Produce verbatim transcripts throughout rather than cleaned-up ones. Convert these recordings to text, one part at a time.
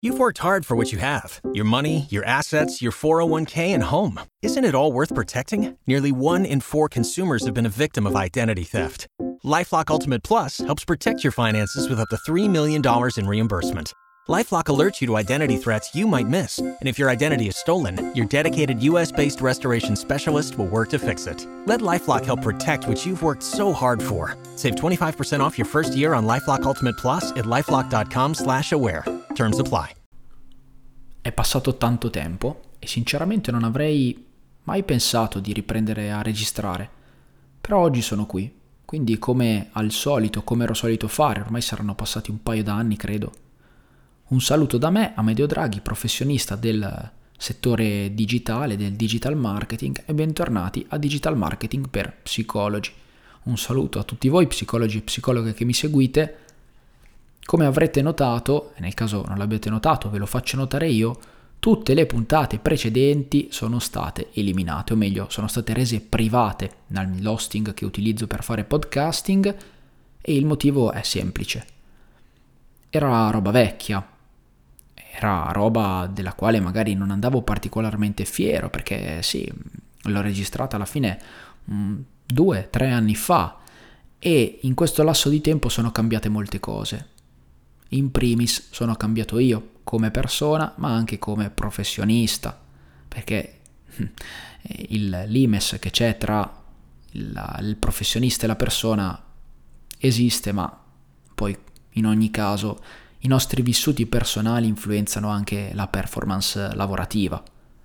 You've worked hard for what you have. Your money, your assets, your four oh one k, and home. Isn't it all worth protecting? Nearly one in four consumers have been a victim of identity theft. LifeLock Ultimate Plus helps protect your finances with up to three million dollars in reimbursement. LifeLock alerts you to identity threats you might miss. And if your identity is stolen, your dedicated U S-based restoration specialist will work to fix it. Let LifeLock help protect what you've worked so hard for. Save twenty-five percent off your first year on LifeLock Ultimate Plus at LifeLock.com slash aware. Terms apply. È passato tanto tempo e sinceramente non avrei mai pensato di riprendere a registrare. Però oggi sono qui, quindi come al solito, come ero solito fare, ormai saranno passati un paio d'anni credo. Un saluto da me, Amedeo Draghi, professionista del settore digitale, del digital marketing, e bentornati a Digital Marketing per Psicologi. Un saluto a tutti voi psicologi e psicologhe che mi seguite. Come avrete notato, e nel caso non l'abbiate notato ve lo faccio notare io, tutte le puntate precedenti sono state eliminate, o meglio sono state rese private dall'hosting che utilizzo per fare podcasting, e il motivo è semplice. Era roba vecchia, era roba della quale magari non andavo particolarmente fiero, perché sì, l'ho registrata alla fine mh, due, tre anni fa, e in questo lasso di tempo sono cambiate molte cose. In primis sono cambiato io come persona, ma anche come professionista, perché il limes che c'è tra il, il professionista e la persona esiste, ma poi in ogni caso i nostri vissuti personali influenzano anche la performance lavorativa.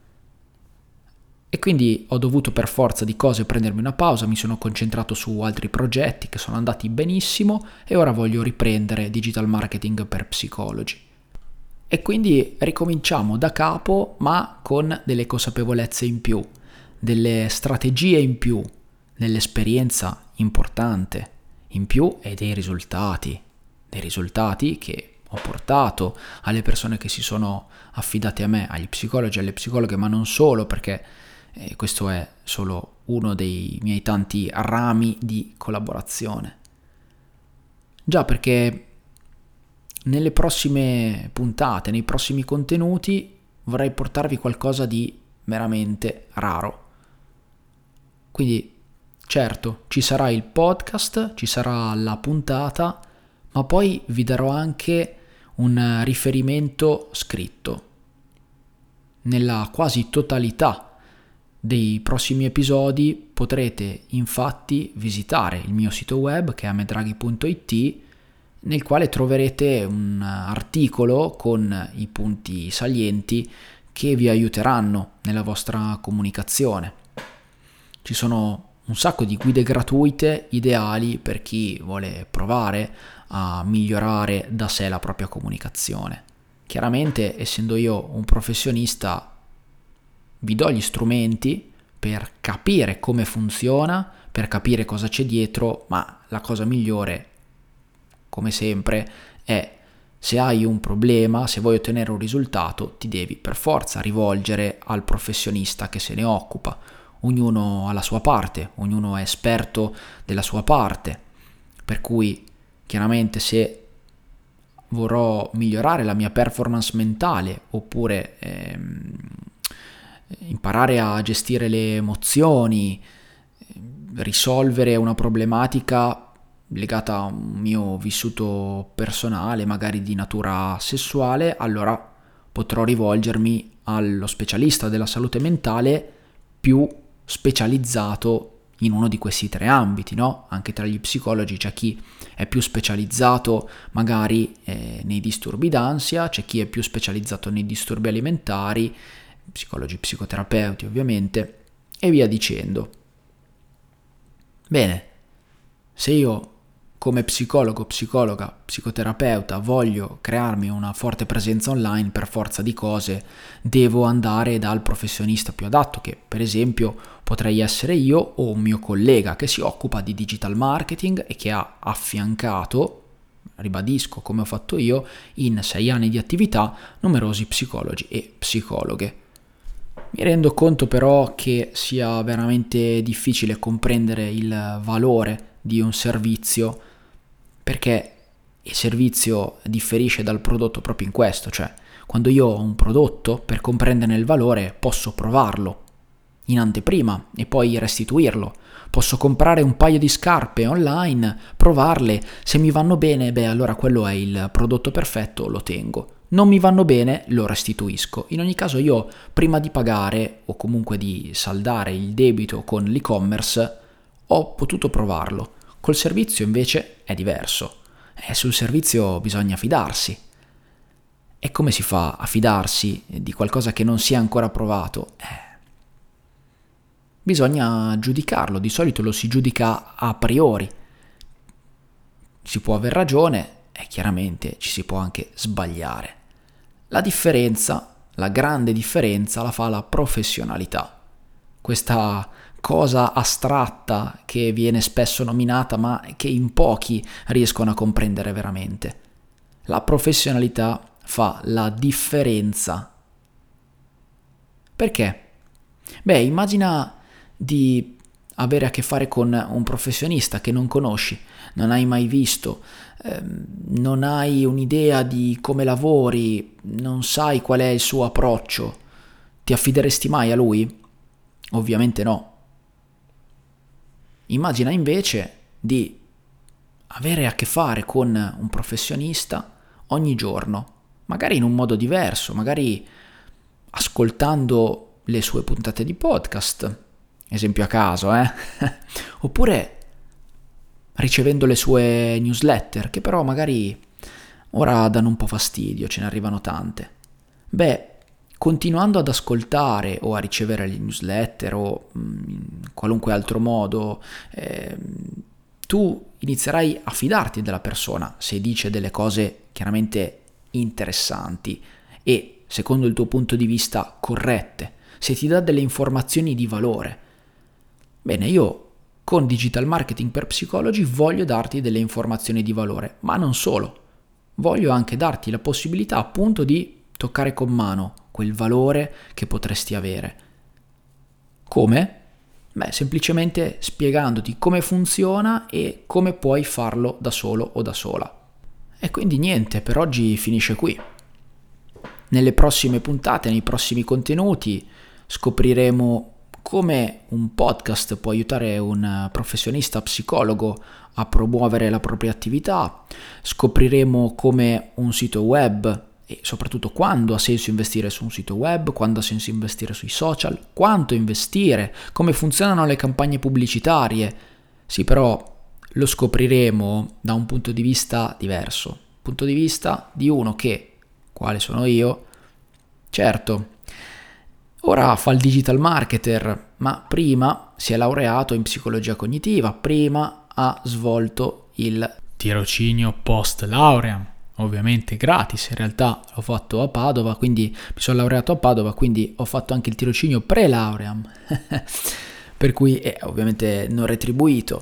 E quindi ho dovuto per forza di cose prendermi una pausa, mi sono concentrato su altri progetti che sono andati benissimo e ora voglio riprendere Digital Marketing per Psicologi. E quindi ricominciamo da capo, ma con delle consapevolezze in più, delle strategie in più, dell'esperienza importante in più e dei risultati, dei risultati che ho portato alle persone che si sono affidate a me, agli psicologi e alle psicologhe, ma non solo, perché E questo è solo uno dei miei tanti rami di collaborazione. Già, perché nelle prossime puntate, nei prossimi contenuti, vorrei portarvi qualcosa di veramente raro. Quindi, certo, ci sarà il podcast, ci sarà la puntata, ma poi vi darò anche un riferimento scritto. Nella quasi totalità dei prossimi episodi potrete infatti visitare il mio sito web, che è amedraghi punto it, nel quale troverete un articolo con i punti salienti che vi aiuteranno nella vostra comunicazione. Ci sono un sacco di guide gratuite ideali per chi vuole provare a migliorare da sé la propria comunicazione. Chiaramente, essendo io un professionista, vi do gli strumenti per capire come funziona, per capire cosa c'è dietro, ma la cosa migliore, come sempre, è se hai un problema, se vuoi ottenere un risultato, ti devi per forza rivolgere al professionista che se ne occupa. Ognuno ha la sua parte, ognuno è esperto della sua parte, per cui chiaramente se vorrò migliorare la mia performance mentale oppure ehm, imparare a gestire le emozioni, risolvere una problematica legata a un mio vissuto personale, magari di natura sessuale, allora potrò rivolgermi allo specialista della salute mentale più specializzato in uno di questi tre ambiti, no? Anche tra gli psicologi c'è chi è più specializzato magari eh, nei disturbi d'ansia, c'è chi è più specializzato nei disturbi alimentari, psicologi, psicoterapeuti ovviamente, e via dicendo. Bene, se io come psicologo, psicologa, psicoterapeuta voglio crearmi una forte presenza online, per forza di cose devo andare dal professionista più adatto, che per esempio potrei essere io o un mio collega che si occupa di digital marketing e che ha affiancato, ribadisco come ho fatto io, in sei anni di attività numerosi psicologi e psicologhe. Mi rendo conto però che sia veramente difficile comprendere il valore di un servizio, perché il servizio differisce dal prodotto proprio in questo, cioè Quando io ho un prodotto, per comprenderne il valore, posso provarlo in anteprima e poi restituirlo. Posso comprare un paio di scarpe online, provarle, se mi vanno bene, beh allora quello è il prodotto perfetto, lo tengo. Non mi vanno bene, lo restituisco. In ogni caso io, prima di pagare o comunque di saldare il debito con l'e-commerce, ho potuto provarlo. Col servizio invece è diverso. Eh, sul servizio bisogna fidarsi. E come si fa a fidarsi di qualcosa che non si è ancora provato? Eh, bisogna giudicarlo, di solito lo si giudica a priori. Si può aver ragione e chiaramente ci si può anche sbagliare. La differenza, la grande differenza, la fa la professionalità. Questa cosa astratta che viene spesso nominata ma che in pochi riescono a comprendere veramente. La professionalità fa la differenza. Perché? Beh, immagina di avere a che fare con un professionista che non conosci, non hai mai visto, ehm, non hai un'idea di come lavori, non sai qual è il suo approccio. Ti affideresti mai a lui? Ovviamente no. Immagina invece di avere a che fare con un professionista ogni giorno, magari in un modo diverso, magari ascoltando le sue puntate di podcast, esempio a caso, eh? Oppure ricevendo le sue newsletter, che però magari ora danno un po' fastidio, ce ne arrivano tante. Beh, continuando ad ascoltare o a ricevere le newsletter o in qualunque altro modo, eh, tu inizierai a fidarti della persona se dice delle cose chiaramente interessanti e, secondo il tuo punto di vista, corrette, se ti dà delle informazioni di valore. Bene, io con Digital Marketing per Psicologi voglio darti delle informazioni di valore, ma non solo. Voglio anche darti la possibilità appunto di toccare con mano quel valore che potresti avere. Come? Beh, semplicemente spiegandoti come funziona e come puoi farlo da solo o da sola. E quindi niente, per oggi finisce qui. Nelle prossime puntate, nei prossimi contenuti, scopriremo come un podcast può aiutare un professionista psicologo a promuovere la propria attività, scopriremo come un sito web e soprattutto quando ha senso investire su un sito web, quando ha senso investire sui social, quanto investire, come funzionano le campagne pubblicitarie. Sì, però lo scopriremo da un punto di vista diverso, punto di vista di uno che, quale sono io, certo, ora fa il digital marketer, ma prima si è laureato in psicologia cognitiva, prima ha svolto il tirocinio post laurea, ovviamente gratis, in realtà l'ho fatto a Padova, quindi mi sono laureato a Padova, quindi ho fatto anche il tirocinio pre-lauream, per cui è ovviamente non retribuito.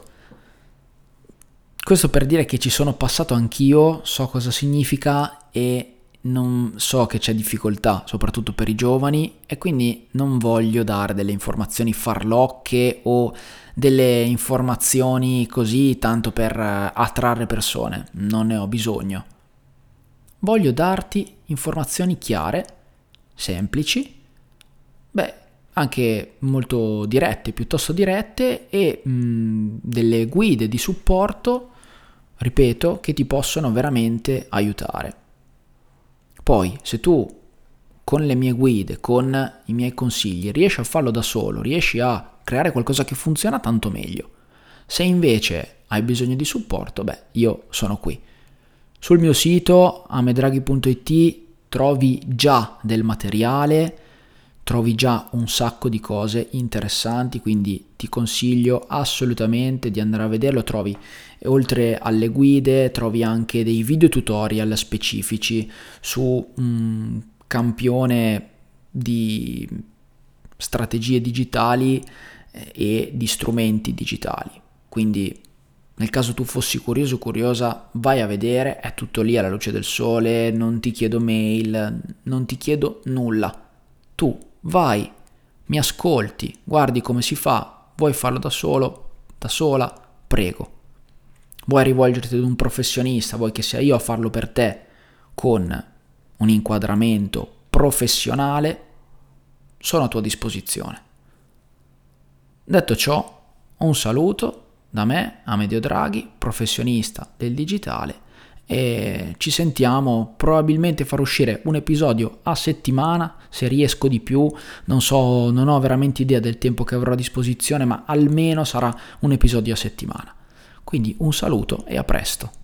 Questo per dire che ci sono passato anch'io, so cosa significa e non so che c'è difficoltà, soprattutto per i giovani, e quindi non voglio dare delle informazioni farlocche o delle informazioni così tanto per attrarre persone, non ne ho bisogno. Voglio darti informazioni chiare, semplici, beh, anche molto dirette, piuttosto dirette e mh, delle guide di supporto, ripeto, che ti possono veramente aiutare. Poi, se tu con le mie guide, con i miei consigli, riesci a farlo da solo, riesci a creare qualcosa che funziona, tanto meglio. Se invece hai bisogno di supporto, beh, io sono qui. Sul mio sito amedraghi punto it trovi già del materiale, trovi già un sacco di cose interessanti, quindi ti consiglio assolutamente di andare a vederlo. Trovi, oltre alle guide, trovi anche dei video tutorial specifici su un campione di strategie digitali e di strumenti digitali. Quindi nel caso tu fossi curioso o curiosa, vai a vedere, è tutto lì alla luce del sole, non ti chiedo mail, non ti chiedo nulla. Tu vai, mi ascolti, guardi come si fa, vuoi farlo da solo, da sola, prego. Vuoi rivolgerti ad un professionista, vuoi che sia io a farlo per te con un inquadramento professionale, sono a tua disposizione. Detto ciò, un saluto da me, Amedeo Draghi, professionista del digitale, e ci sentiamo. Probabilmente farò uscire un episodio a settimana, se riesco di più, non so, non ho veramente idea del tempo che avrò a disposizione, ma almeno sarà un episodio a settimana. Quindi un saluto e a presto.